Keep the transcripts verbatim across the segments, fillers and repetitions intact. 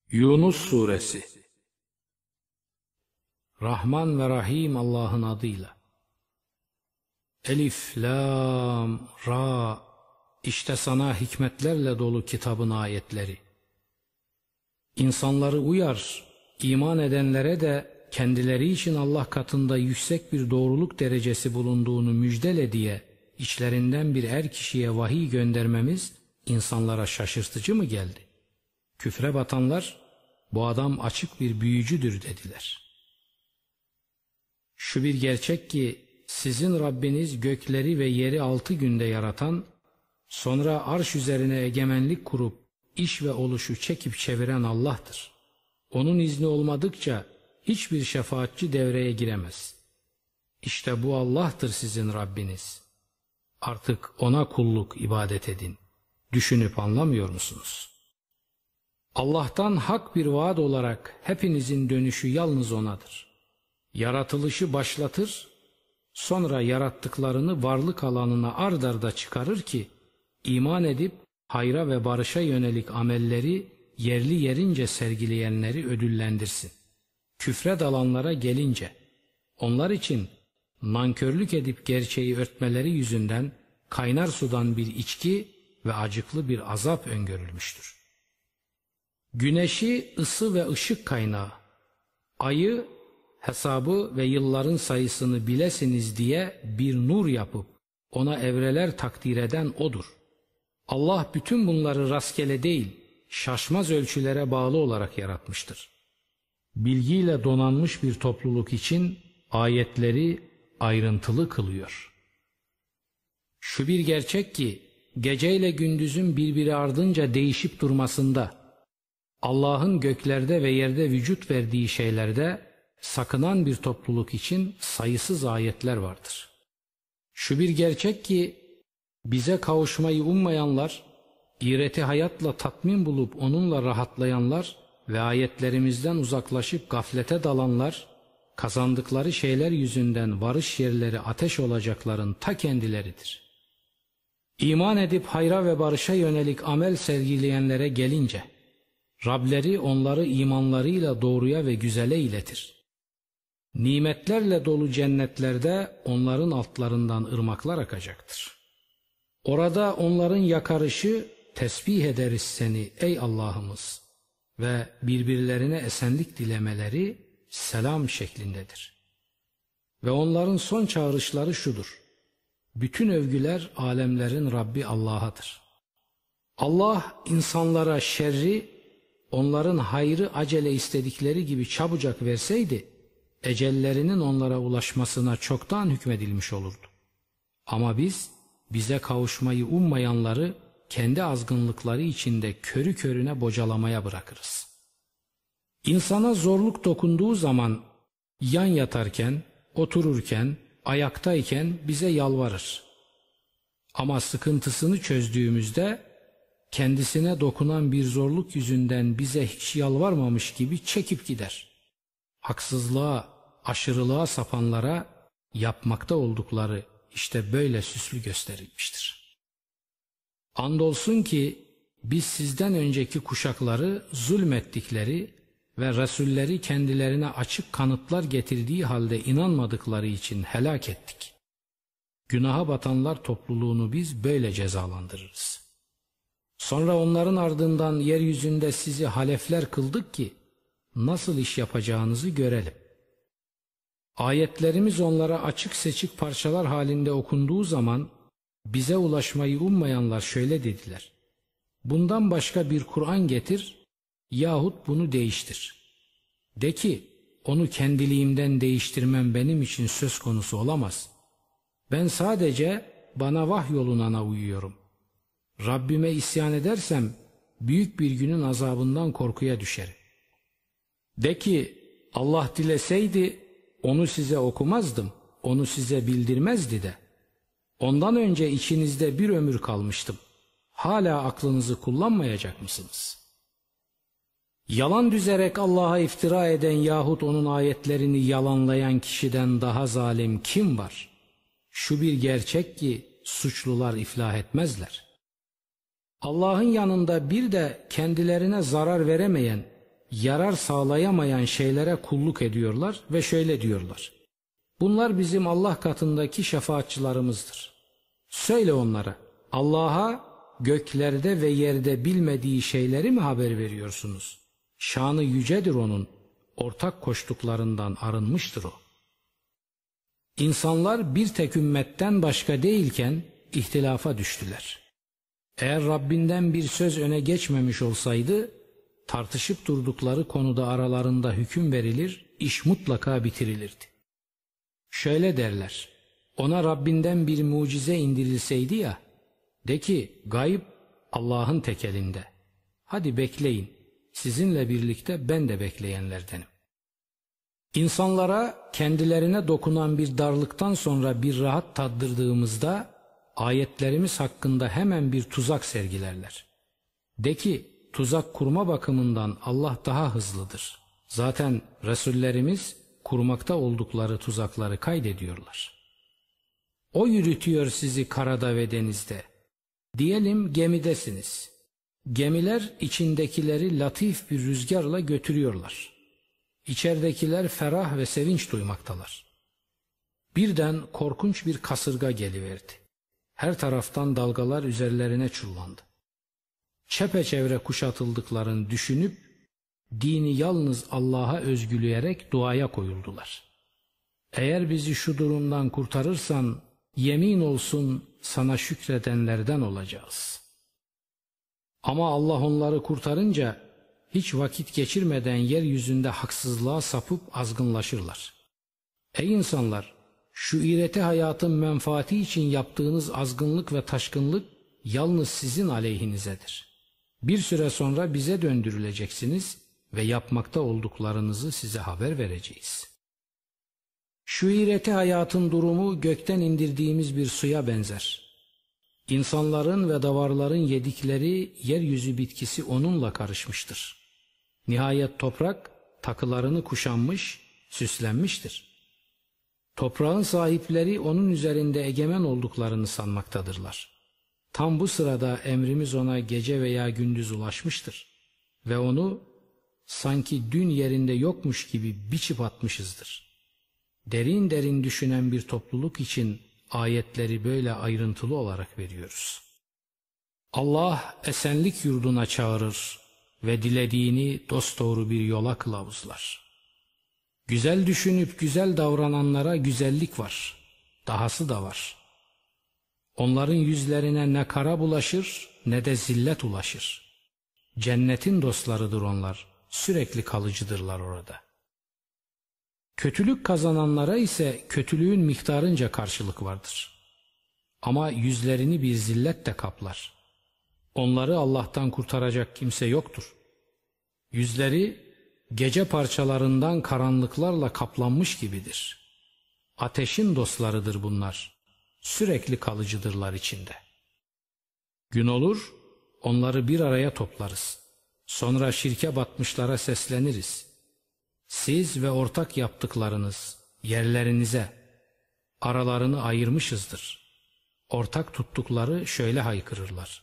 Yunus Suresi. Rahman ve Rahim Allah'ın adıyla. Elif, Lam, Ra. İşte sana hikmetlerle dolu kitabın ayetleri. İnsanları uyar, iman edenlere de kendileri için Allah katında yüksek bir doğruluk derecesi bulunduğunu müjdele diye içlerinden bir er kişiye vahiy göndermemiz insanlara şaşırtıcı mı geldi? Küfre batanlar, bu adam açık bir büyücüdür dediler. Şu bir gerçek ki sizin Rabbiniz gökleri ve yeri altı günde yaratan, sonra arş üzerine egemenlik kurup iş ve oluşu çekip çeviren Allah'tır. Onun izni olmadıkça hiçbir şefaatçi devreye giremez. İşte bu Allah'tır sizin Rabbiniz. Artık O'na kulluk, ibadet edin. Düşünüp anlamıyor musunuz? Allah'tan hak bir vaat olarak hepinizin dönüşü yalnız O'nadır. Yaratılışı başlatır, sonra yarattıklarını varlık alanına ard arda çıkarır ki, iman edip hayra ve barışa yönelik amelleri yerli yerince sergileyenleri ödüllendirsin. Küfre dalanlara gelince, onlar için nankörlük edip gerçeği örtmeleri yüzünden kaynar sudan bir içki ve acıklı bir azap öngörülmüştür. Güneşi ısı ve ışık kaynağı, ayı hesabı ve yılların sayısını bilesiniz diye bir nur yapıp ona evreler takdir eden O'dur. Allah bütün bunları rastgele değil, şaşmaz ölçülere bağlı olarak yaratmıştır. Bilgiyle donanmış bir topluluk için ayetleri ayrıntılı kılıyor. Şu bir gerçek ki geceyle gündüzün birbiri ardınca değişip durmasında, Allah'ın göklerde ve yerde vücut verdiği şeylerde sakınan bir topluluk için sayısız ayetler vardır. Şu bir gerçek ki bize kavuşmayı ummayanlar, ahireti hayatla tatmin bulup onunla rahatlayanlar ve ayetlerimizden uzaklaşıp gaflete dalanlar, kazandıkları şeyler yüzünden varış yerleri ateş olacakların ta kendileridir. İman edip hayra ve barışa yönelik amel sergileyenlere gelince, Rableri onları imanlarıyla doğruya ve güzele iletir. Nimetlerle dolu cennetlerde onların altlarından ırmaklar akacaktır. Orada onların yakarışı, tesbih ederiz seni ey Allah'ımız ve birbirlerine esenlik dilemeleri selam şeklindedir. Ve onların son çağrışları şudur: bütün övgüler alemlerin Rabbi Allah'adır. Allah insanlara şerri, onların hayrı acele istedikleri gibi çabucak verseydi, ecellerinin onlara ulaşmasına çoktan hükmedilmiş olurdu. Ama biz, bize kavuşmayı ummayanları kendi azgınlıkları içinde körü körüne bocalamaya bırakırız. İnsana zorluk dokunduğu zaman, yan yatarken, otururken, ayaktayken bize yalvarır. Ama sıkıntısını çözdüğümüzde, kendisine dokunan bir zorluk yüzünden bize hiç yalvarmamış gibi çekip gider. Haksızlığa, aşırılığa sapanlara yapmakta oldukları işte böyle süslü gösterilmiştir. Andolsun ki biz sizden önceki kuşakları zulmettikleri ve Resulleri kendilerine açık kanıtlar getirdiği halde inanmadıkları için helak ettik. Günaha batanlar topluluğunu biz böyle cezalandırırız. Sonra onların ardından yeryüzünde sizi halefler kıldık ki nasıl iş yapacağınızı görelim. Ayetlerimiz onlara açık seçik parçalar halinde okunduğu zaman bize ulaşmayı ummayanlar şöyle dediler: bundan başka bir Kur'an getir yahut bunu değiştir. De ki onu kendiliğimden değiştirmem benim için söz konusu olamaz. Ben sadece bana vahyolunana uyuyorum. Rabbime isyan edersem büyük bir günün azabından korkuya düşerim. De ki Allah dileseydi onu size okumazdım, onu size bildirmezdi de. Ondan önce içinizde bir ömür kalmıştım. Hala aklınızı kullanmayacak mısınız? Yalan düzerek Allah'a iftira eden yahut onun ayetlerini yalanlayan kişiden daha zalim kim var? Şu bir gerçek ki suçlular iflah etmezler. Allah'ın yanında bir de kendilerine zarar veremeyen, yarar sağlayamayan şeylere kulluk ediyorlar ve şöyle diyorlar: bunlar bizim Allah katındaki şefaatçılarımızdır. Söyle onlara, Allah'a göklerde ve yerde bilmediği şeyleri mi haber veriyorsunuz? Şanı yücedir onun, ortak koştuklarından arınmıştır o. İnsanlar bir tek ümmetten başka değilken ihtilafa düştüler. Eğer Rabbinden bir söz öne geçmemiş olsaydı, tartışıp durdukları konuda aralarında hüküm verilir, iş mutlaka bitirilirdi. Şöyle derler: ona Rabbinden bir mucize indirilseydi ya, de ki gayb Allah'ın tek elinde. Hadi bekleyin, sizinle birlikte ben de bekleyenlerdenim. İnsanlara kendilerine dokunan bir darlıktan sonra bir rahat tattırdığımızda ayetlerimiz hakkında hemen bir tuzak sergilerler. De ki tuzak kurma bakımından Allah daha hızlıdır. Zaten Resullerimiz kurmakta oldukları tuzakları kaydediyorlar. O yürütüyor sizi karada ve denizde. Diyelim gemidesiniz. Gemiler içindekileri latif bir rüzgarla götürüyorlar. İçeridekiler ferah ve sevinç duymaktalar. Birden korkunç bir kasırga geliverdi. Her taraftan dalgalar üzerlerine çullandı. Çepeçevre kuşatıldıklarını düşünüp dini yalnız Allah'a özgüleyerek duaya koyuldular. Eğer bizi şu durumdan kurtarırsan yemin olsun sana şükredenlerden olacağız. Ama Allah onları kurtarınca hiç vakit geçirmeden yeryüzünde haksızlığa sapıp azgınlaşırlar. Ey insanlar! Şu iğreti hayatın menfaati için yaptığınız azgınlık ve taşkınlık yalnız sizin aleyhinizedir. Bir süre sonra bize döndürüleceksiniz ve yapmakta olduklarınızı size haber vereceğiz. Şu iğreti hayatın durumu gökten indirdiğimiz bir suya benzer. İnsanların ve davarların yedikleri yeryüzü bitkisi onunla karışmıştır. Nihayet toprak takılarını kuşanmış, süslenmiştir. Toprağın sahipleri onun üzerinde egemen olduklarını sanmaktadırlar. Tam bu sırada emrimiz ona gece veya gündüz ulaşmıştır ve onu sanki dün yerinde yokmuş gibi biçip atmışızdır. Derin derin düşünen bir topluluk için ayetleri böyle ayrıntılı olarak veriyoruz. Allah esenlik yurduna çağırır ve dilediğini dosdoğru bir yola kılavuzlar. Güzel düşünüp güzel davrananlara güzellik var, dahası da var. Onların yüzlerine ne kara bulaşır ne de zillet ulaşır. Cennetin dostlarıdır onlar, sürekli kalıcıdırlar orada. Kötülük kazananlara ise kötülüğün miktarınca karşılık vardır. Ama yüzlerini bir zillet de kaplar. Onları Allah'tan kurtaracak kimse yoktur. Yüzleri gece parçalarından karanlıklarla kaplanmış gibidir. Ateşin dostlarıdır bunlar. Sürekli kalıcıdırlar içinde. Gün olur, onları bir araya toplarız. Sonra şirke batmışlara sesleniriz. Siz ve ortak yaptıklarınız yerlerinize, aralarını ayırmışızdır. Ortak tuttukları şöyle haykırırlar: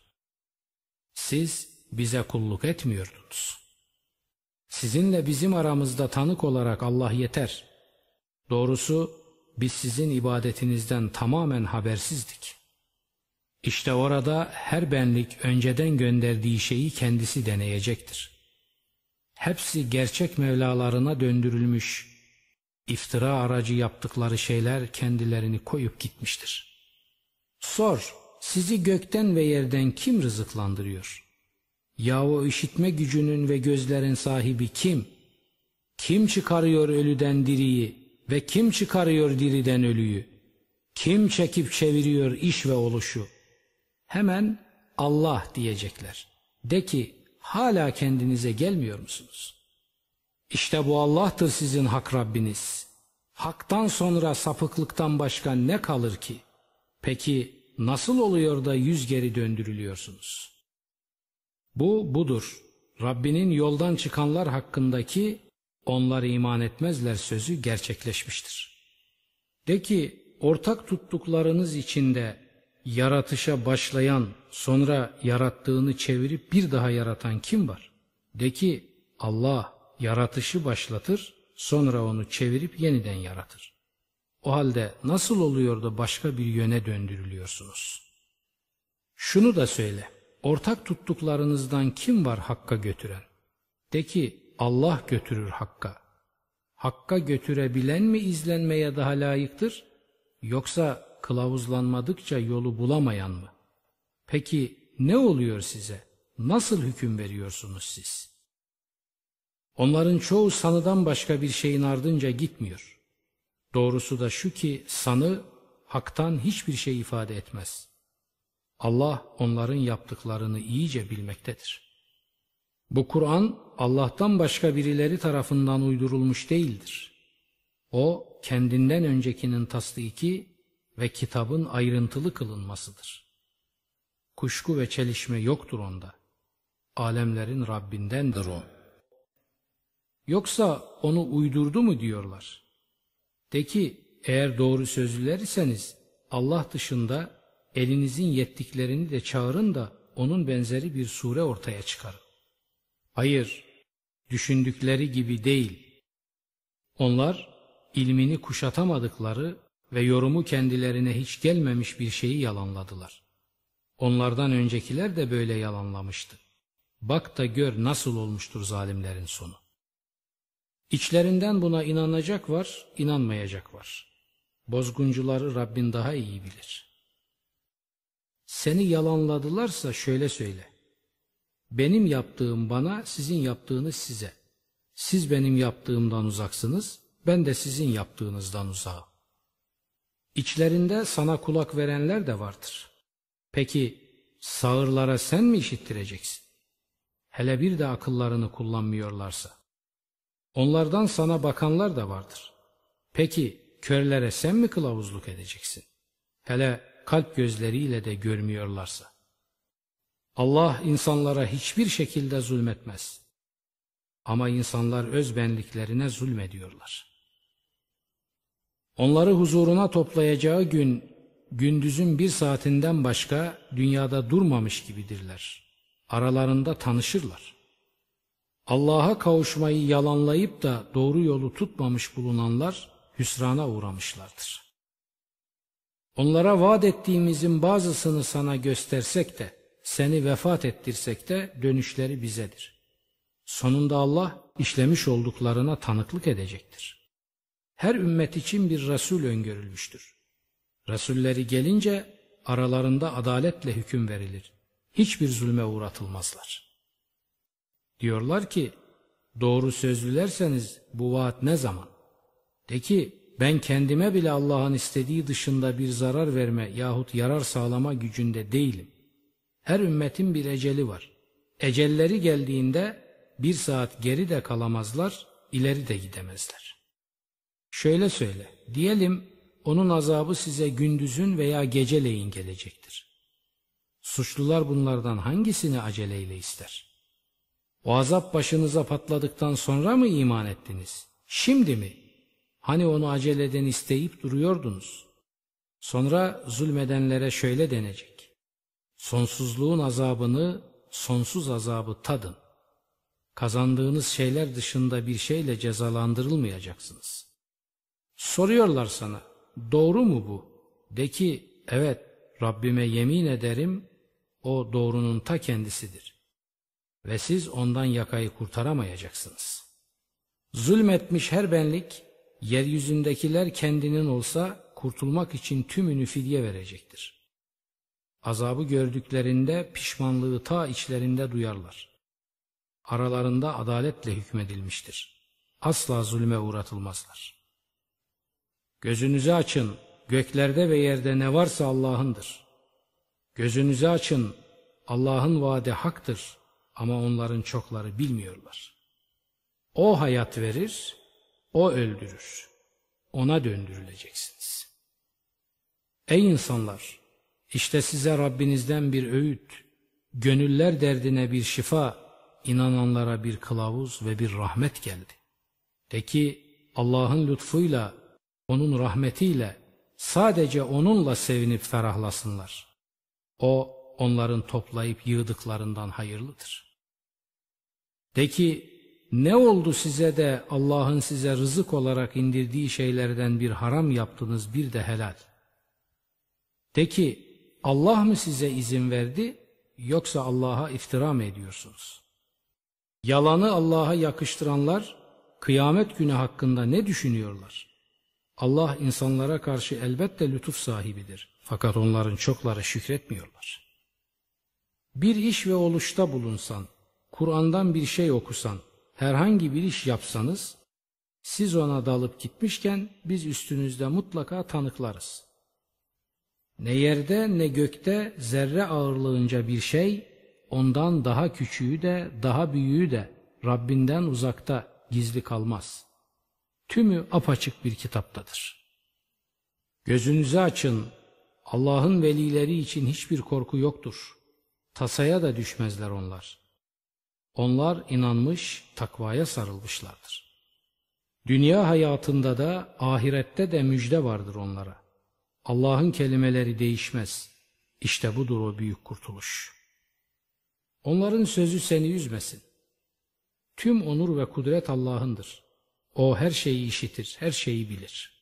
siz bize kulluk etmiyordunuz. Sizinle bizim aramızda tanık olarak Allah yeter. Doğrusu biz sizin ibadetinizden tamamen habersizdik. İşte orada her benlik önceden gönderdiği şeyi kendisi deneyecektir. Hepsi gerçek Mevlalarına döndürülmüş, iftira aracı yaptıkları şeyler kendilerini koyup gitmiştir. Sor, sizi gökten ve yerden kim rızıklandırıyor? Ya o işitme gücünün ve gözlerin sahibi kim? Kim çıkarıyor ölüden diriyi ve kim çıkarıyor diriden ölüyü? Kim çekip çeviriyor iş ve oluşu? Hemen Allah diyecekler. De ki, hala kendinize gelmiyor musunuz? İşte bu Allah'tır sizin hak Rabbiniz. Hak'tan sonra sapıklıktan başka ne kalır ki? Peki nasıl oluyor da yüz geri döndürülüyorsunuz? Bu budur. Rabbinin yoldan çıkanlar hakkındaki onlar iman etmezler sözü gerçekleşmiştir. De ki, ortak tuttuklarınız içinde yaratışa başlayan, sonra yarattığını çevirip bir daha yaratan kim var? De ki, Allah yaratışı başlatır, sonra onu çevirip yeniden yaratır. O halde nasıl oluyor da başka bir yöne döndürülüyorsunuz? Şunu da söyle, ortak tuttuklarınızdan kim var Hakk'a götüren? De ki Allah götürür Hakk'a. Hakk'a götürebilen mi izlenmeye daha layıktır, yoksa kılavuzlanmadıkça yolu bulamayan mı? Peki ne oluyor size? Nasıl hüküm veriyorsunuz siz? Onların çoğu sanıdan başka bir şeyin ardınca gitmiyor. Doğrusu da şu ki sanı haktan hiçbir şey ifade etmez. Allah onların yaptıklarını iyice bilmektedir. Bu Kur'an Allah'tan başka birileri tarafından uydurulmuş değildir. O kendinden öncekinin tasdiki ve kitabın ayrıntılı kılınmasıdır. Kuşku ve çelişme yoktur onda. Alemlerin Rabbindendir o. Yoksa onu uydurdu mu diyorlar. De ki eğer doğru sözlüler iseniz Allah dışında elinizin yettiklerini de çağırın da onun benzeri bir sure ortaya çıkarın. Hayır, düşündükleri gibi değil. Onlar ilmini kuşatamadıkları ve yorumu kendilerine hiç gelmemiş bir şeyi yalanladılar. Onlardan öncekiler de böyle yalanlamıştı. Bak da gör nasıl olmuştur zalimlerin sonu. İçlerinden buna inanacak var, inanmayacak var. Bozguncuları Rabbin daha iyi bilir. Seni yalanladılarsa şöyle söyle. Benim yaptığım bana, sizin yaptığınız size. Siz benim yaptığımdan uzaksınız, ben de sizin yaptığınızdan uzağım. İçlerinde sana kulak verenler de vardır. Peki sağırlara sen mi işittireceksin? Hele bir de akıllarını kullanmıyorlarsa. Onlardan sana bakanlar da vardır. Peki körlere sen mi kılavuzluk edeceksin? Hele kalp gözleriyle de görmüyorlarsa. Allah insanlara hiçbir şekilde zulmetmez. Ama insanlar öz benliklerine zulmediyorlar. Onları huzuruna toplayacağı gün, gündüzün bir saatinden başka dünyada durmamış gibidirler. Aralarında tanışırlar. Allah'a kavuşmayı yalanlayıp da doğru yolu tutmamış bulunanlar hüsrana uğramışlardır. Onlara vaat ettiğimizin bazısını sana göstersek de, seni vefat ettirsek de dönüşleri bizedir. Sonunda Allah işlemiş olduklarına tanıklık edecektir. Her ümmet için bir Resul öngörülmüştür. Resulleri gelince aralarında adaletle hüküm verilir. Hiçbir zulme uğratılmazlar. Diyorlar ki, doğru sözlülerseniz bu vaat ne zaman? De ki, ben kendime bile Allah'ın istediği dışında bir zarar verme yahut yarar sağlama gücünde değilim. Her ümmetin bir eceli var. Ecelleri geldiğinde bir saat geri de kalamazlar, ileri de gidemezler. Şöyle söyle, diyelim onun azabı size gündüzün veya geceleyin gelecektir. Suçlular bunlardan hangisini aceleyle ister? O azap başınıza patladıktan sonra mı iman ettiniz? Şimdi mi? Hani onu aceleden isteyip duruyordunuz? Sonra zulmedenlere şöyle denecek. Sonsuzluğun azabını, sonsuz azabı tadın. Kazandığınız şeyler dışında bir şeyle cezalandırılmayacaksınız. Soruyorlar sana, doğru mu bu? De ki, evet, Rabbime yemin ederim, o doğrunun ta kendisidir. Ve siz ondan yakayı kurtaramayacaksınız. Zulmetmiş her benlik, yeryüzündekiler kendinin olsa kurtulmak için tümünü fidye verecektir. Azabı gördüklerinde pişmanlığı ta içlerinde duyarlar. Aralarında adaletle hükmedilmiştir. Asla zulme uğratılmazlar. Gözünüzü açın, göklerde ve yerde ne varsa Allah'ındır. Gözünüzü açın, Allah'ın vaadi haktır ama onların çokları bilmiyorlar. O hayat verir, o öldürür. Ona döndürüleceksiniz. Ey insanlar! İşte size Rabbinizden bir öğüt, gönüller derdine bir şifa, inananlara bir kılavuz ve bir rahmet geldi. De ki Allah'ın lütfuyla, onun rahmetiyle, sadece onunla sevinip ferahlasınlar. O onların toplayıp yığdıklarından hayırlıdır. De ki Ne oldu size de Allah'ın size rızık olarak indirdiği şeylerden bir haram yaptınız, bir de helal? De ki, Allah mı size izin verdi, yoksa Allah'a iftira mı ediyorsunuz? Yalanı Allah'a yakıştıranlar, kıyamet günü hakkında ne düşünüyorlar? Allah insanlara karşı elbette lütuf sahibidir. Fakat onların çokları şükretmiyorlar. Bir iş ve oluşta bulunsan, Kur'an'dan bir şey okusan, herhangi bir iş yapsanız, siz ona dalıp gitmişken biz üstünüzde mutlaka tanıklarız. Ne yerde ne gökte zerre ağırlığınca bir şey, ondan daha küçüğü de daha büyüğü de Rabbinden uzakta gizli kalmaz. Tümü apaçık bir kitaptadır. Gözünüzü açın, Allah'ın velileri için hiçbir korku yoktur. Tasaya da düşmezler onlar. Onlar inanmış, takvaya sarılmışlardır. Dünya hayatında da ahirette de müjde vardır onlara. Allah'ın kelimeleri değişmez. İşte budur o büyük kurtuluş. Onların sözü seni üzmesin. Tüm onur ve kudret Allah'ındır. O her şeyi işitir, her şeyi bilir.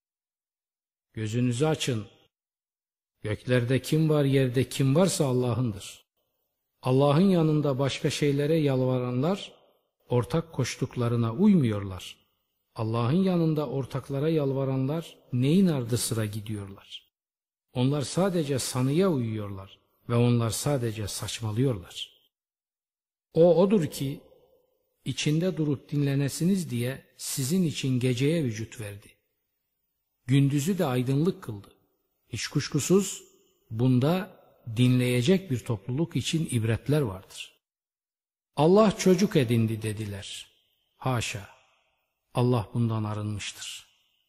Gözünüzü açın. Göklerde kim var, yerde kim varsa Allah'ındır. Allah'ın yanında başka şeylere yalvaranlar, ortak koştuklarına uymuyorlar. Allah'ın yanında ortaklara yalvaranlar neyin ardı sıra gidiyorlar? Onlar sadece sanıya uyuyorlar ve onlar sadece saçmalıyorlar. O odur ki, içinde durup dinlenesiniz diye sizin için geceye vücut verdi. Gündüzü de aydınlık kıldı. Hiç kuşkusuz bunda dinleyecek bir topluluk için ibretler vardır. Allah çocuk edindi dediler. Haşa! Allah bundan arınmıştır.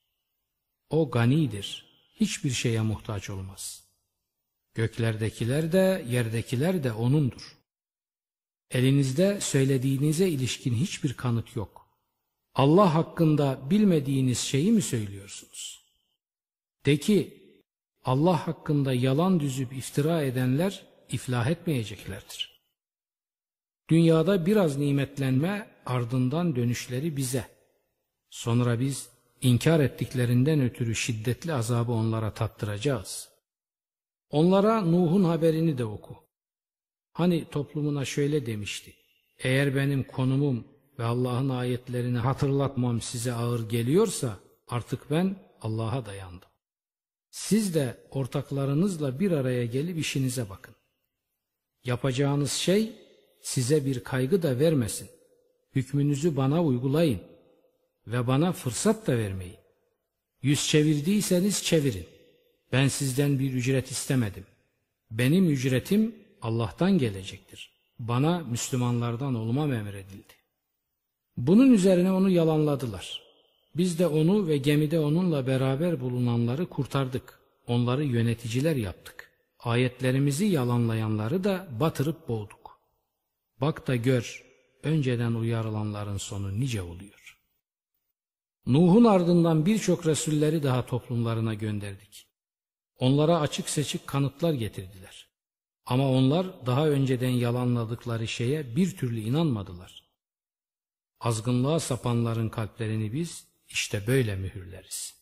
O ganidir. Hiçbir şeye muhtaç olmaz. Göklerdekiler de yerdekiler de O'nundur. Elinizde söylediğinize ilişkin hiçbir kanıt yok. Allah hakkında bilmediğiniz şeyi mi söylüyorsunuz? De ki, Allah hakkında yalan düzüp iftira edenler iflah etmeyeceklerdir. Dünyada biraz nimetlenme, ardından dönüşleri bize. Sonra biz inkar ettiklerinden ötürü şiddetli azabı onlara tattıracağız. Onlara Nuh'un haberini de oku. Hani toplumuna şöyle demişti: eğer benim konumum ve Allah'ın ayetlerini hatırlatmam size ağır geliyorsa artık ben Allah'a dayandım. Siz de ortaklarınızla bir araya gelip işinize bakın. Yapacağınız şey size bir kaygı da vermesin. Hükmünüzü bana uygulayın ve bana fırsat da vermeyin. Yüz çevirdiyseniz çevirin. Ben sizden bir ücret istemedim. Benim ücretim Allah'tan gelecektir. Bana Müslümanlardan olmam emredildi. Bunun üzerine onu yalanladılar. Biz de onu ve gemide onunla beraber bulunanları kurtardık. Onları yöneticiler yaptık. Ayetlerimizi yalanlayanları da batırıp boğduk. Bak da gör, önceden uyarılanların sonu nice oluyor. Nuh'un ardından birçok Resulleri daha toplumlarına gönderdik. Onlara açık seçik kanıtlar getirdiler. Ama onlar daha önceden yalanladıkları şeye bir türlü inanmadılar. Azgınlığa sapanların kalplerini biz işte böyle mühürleriz.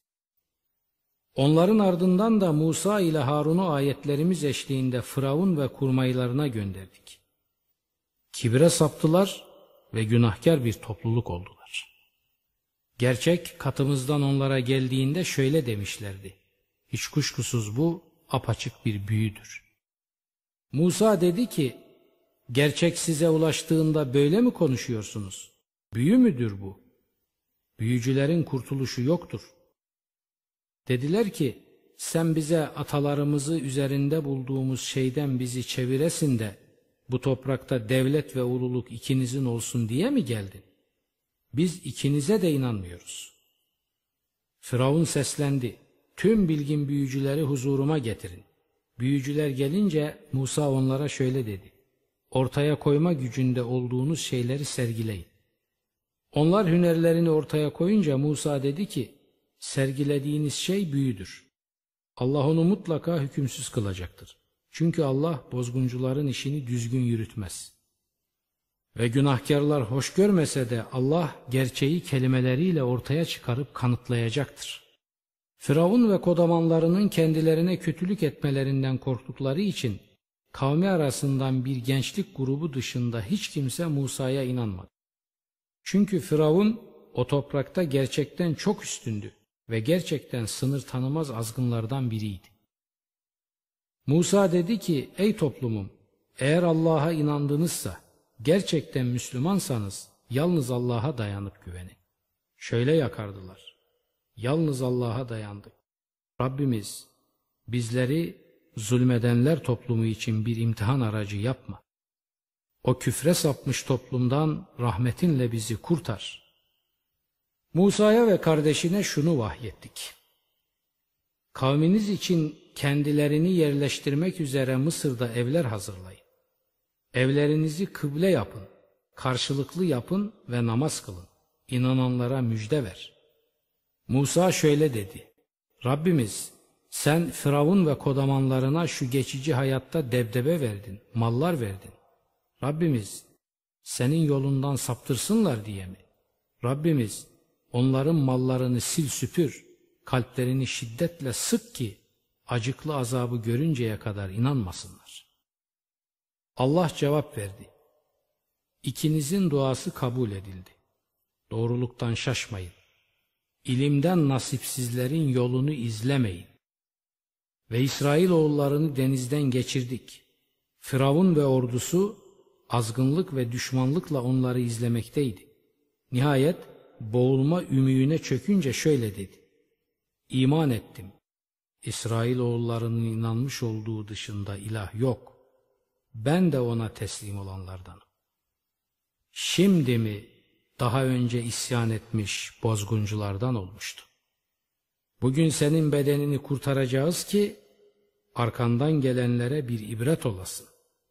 Onların ardından da Musa ile Harun'u ayetlerimiz eşliğinde Firavun ve kurmaylarına gönderdik. Kibre saptılar ve günahkar bir topluluk oldular. Gerçek katımızdan onlara geldiğinde şöyle demişlerdi: hiç kuşkusuz bu apaçık bir büyüdür. Musa dedi ki, gerçek size ulaştığında böyle mi konuşuyorsunuz? Büyü müdür bu? Büyücülerin kurtuluşu yoktur. Dediler ki, sen bize atalarımızı üzerinde bulduğumuz şeyden bizi çeviresin de bu toprakta devlet ve ululuk ikinizin olsun diye mi geldin? Biz ikinize de inanmıyoruz. Firavun seslendi: tüm bilgin büyücüleri huzuruma getirin. Büyücüler gelince Musa onlara şöyle dedi: ortaya koyma gücünde olduğunuz şeyleri sergileyin. Onlar hünerlerini ortaya koyunca Musa dedi ki, sergilediğiniz şey büyüdür. Allah onu mutlaka hükümsüz kılacaktır. Çünkü Allah bozguncuların işini düzgün yürütmez. Ve günahkarlar hoş görmese de Allah gerçeği kelimeleriyle ortaya çıkarıp kanıtlayacaktır. Firavun ve kodamanlarının kendilerine kötülük etmelerinden korktukları için kavmi arasından bir gençlik grubu dışında hiç kimse Musa'ya inanmadı. Çünkü Firavun o toprakta gerçekten çok üstündü ve gerçekten sınır tanımaz azgınlardan biriydi. Musa dedi ki, ey toplumum, eğer Allah'a inandınızsa, gerçekten Müslümansanız yalnız Allah'a dayanıp güvenin. Şöyle yakardılar: yalnız Allah'a dayandık. Rabbimiz, bizleri zulmedenler toplumu için bir imtihan aracı yapma. O küfre sapmış toplumdan rahmetinle bizi kurtar. Musa'ya ve kardeşine şunu vahyettik: kavminiz için kendilerini yerleştirmek üzere Mısır'da evler hazırlayın. Evlerinizi kıble yapın, karşılıklı yapın ve namaz kılın. İnananlara müjde ver. Musa şöyle dedi: Rabbimiz, sen Firavun ve kodamanlarına şu geçici hayatta debdebe verdin, mallar verdin. Rabbimiz, senin yolundan saptırsınlar diye mi? Rabbimiz, onların mallarını sil süpür, kalplerini şiddetle sık ki acıklı azabı görünceye kadar inanmasınlar. Allah cevap verdi: İkinizin duası kabul edildi. Doğruluktan şaşmayın. İlimden nasipsizlerin yolunu izlemeyin. Ve İsrailoğullarını denizden geçirdik. Firavun ve ordusu azgınlık ve düşmanlıkla onları izlemekteydi. Nihayet boğulma ümüğüne çökünce şöyle dedi: İman ettim. İsrailoğullarının inanmış olduğu dışında ilah yok. Ben de ona teslim olanlardanım. Şimdi mi daha önce isyan etmiş bozgunculardan olmuştu? Bugün senin bedenini kurtaracağız ki arkandan gelenlere bir ibret olasın.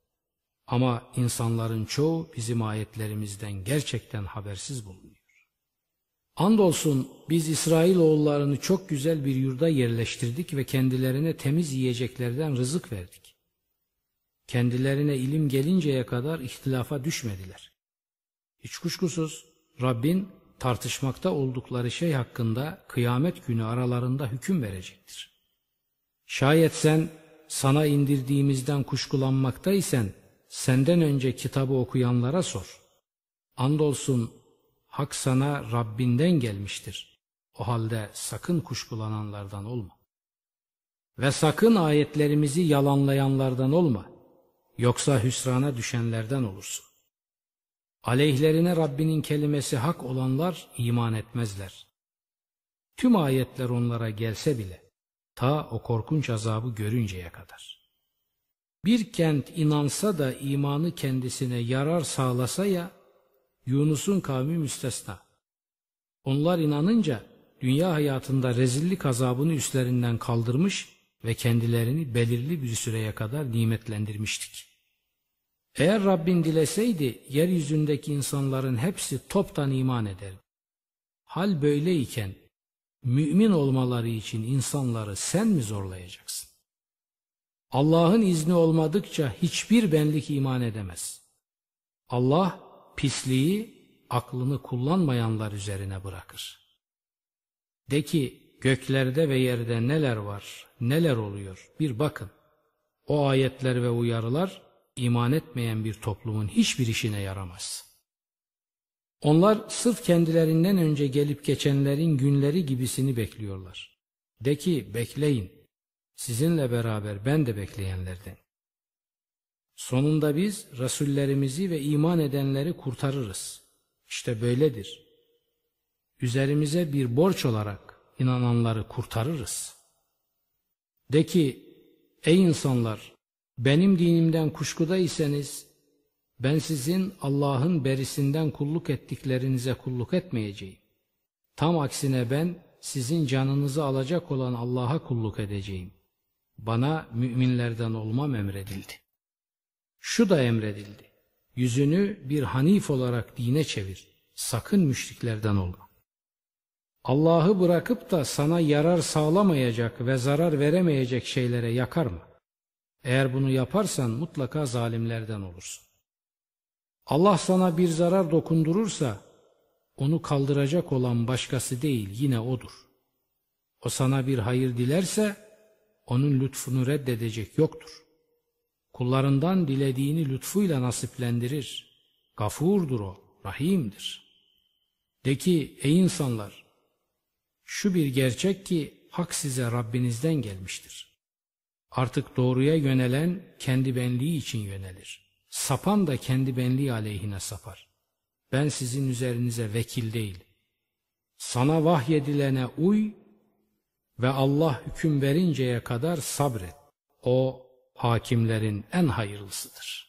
Ama insanların çoğu bizim ayetlerimizden gerçekten habersiz bulunuyor. Andolsun biz İsrailoğullarını çok güzel bir yurda yerleştirdik ve kendilerine temiz yiyeceklerden rızık verdik. Kendilerine ilim gelinceye kadar ihtilafa düşmediler. Hiç kuşkusuz Rabbin tartışmakta oldukları şey hakkında kıyamet günü aralarında hüküm verecektir. Şayet sen sana indirdiğimizden kuşkulanmaktaysen senden önce kitabı okuyanlara sor. Andolsun hak sana Rabbinden gelmiştir. O halde sakın kuşkulananlardan olma. Ve sakın ayetlerimizi yalanlayanlardan olma. Yoksa hüsrana düşenlerden olursun. Aleyhlerine Rabbinin kelimesi hak olanlar iman etmezler. Tüm ayetler onlara gelse bile ta o korkunç azabı görünceye kadar. Bir kent inansa da imanı kendisine yarar sağlasa ya, Yunus'un kavmi müstesna. Onlar inanınca dünya hayatında rezillik azabını üstlerinden kaldırmış ve kendilerini belirli bir süreye kadar nimetlendirmiştik. Eğer Rabbin dileseydi yeryüzündeki insanların hepsi toptan iman ederdi. Hal böyleyken mümin olmaları için insanları sen mi zorlayacaksın? Allah'ın izni olmadıkça hiçbir benlik iman edemez. Allah pisliği aklını kullanmayanlar üzerine bırakır. De ki göklerde ve yerde neler var, neler oluyor bir bakın. O ayetler ve uyarılar iman etmeyen bir toplumun hiçbir işine yaramaz. Onlar sırf kendilerinden önce gelip geçenlerin günleri gibisini bekliyorlar. De ki bekleyin, sizinle beraber ben de bekleyenlerden. Sonunda biz Resullerimizi ve iman edenleri kurtarırız. İşte böyledir. Üzerimize bir borç olarak inananları kurtarırız. De ki ey insanlar, benim dinimden kuşkudaysanız ben sizin Allah'ın berisinden kulluk ettiklerinize kulluk etmeyeceğim. Tam aksine ben sizin canınızı alacak olan Allah'a kulluk edeceğim. Bana müminlerden olmam emredildi. Şu da emredildi: yüzünü bir hanif olarak dine çevir, sakın müşriklerden olma. Allah'ı bırakıp da sana yarar sağlamayacak ve zarar veremeyecek şeylere yakarma. Eğer bunu yaparsan mutlaka zalimlerden olursun. Allah sana bir zarar dokundurursa, onu kaldıracak olan başkası değil, yine O'dur. O sana bir hayır dilerse, onun lütfunu reddedecek yoktur. Kullarından dilediğini lütfuyla nasiplendirir. Gafurdur O, Rahim'dir. De ki, ey insanlar, şu bir gerçek ki hak size Rabbinizden gelmiştir. Artık doğruya yönelen kendi benliği için yönelir. Sapan da kendi benliği aleyhine sapar. Ben sizin üzerinize vekil değilim. Sana vahyedilene uy ve Allah hüküm verinceye kadar sabret. O hakimlerin en hayırlısıdır.